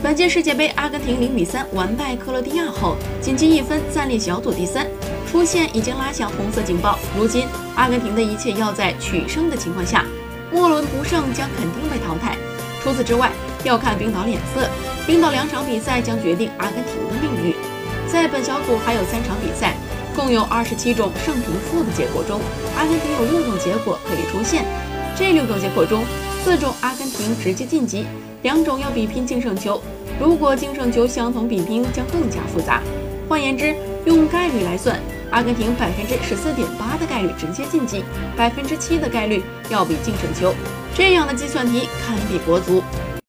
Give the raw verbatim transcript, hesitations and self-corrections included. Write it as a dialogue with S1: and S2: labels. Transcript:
S1: 本届世界杯，阿根廷零比三完败克罗地亚后，仅积一分暂列小组第三，出线已经拉响红色警报。如今，阿根廷的一切要在取胜的情况下，末轮不胜将肯定被淘汰。除此之外，要看冰岛脸色，冰岛两场比赛将决定阿根廷的命运。在本小组还有三场比赛，共有二十七种胜平负的结果中，阿根廷有六种结果可以出现。这六种结果中，四种阿根廷直接晋级，两种要比拼净胜球。如果净胜球相同比拼，将更加复杂。换言之，用概率来算，阿根廷百分之十四点八的概率直接晋级，百分之七的概率要比净胜球。这样的计算题堪比国足。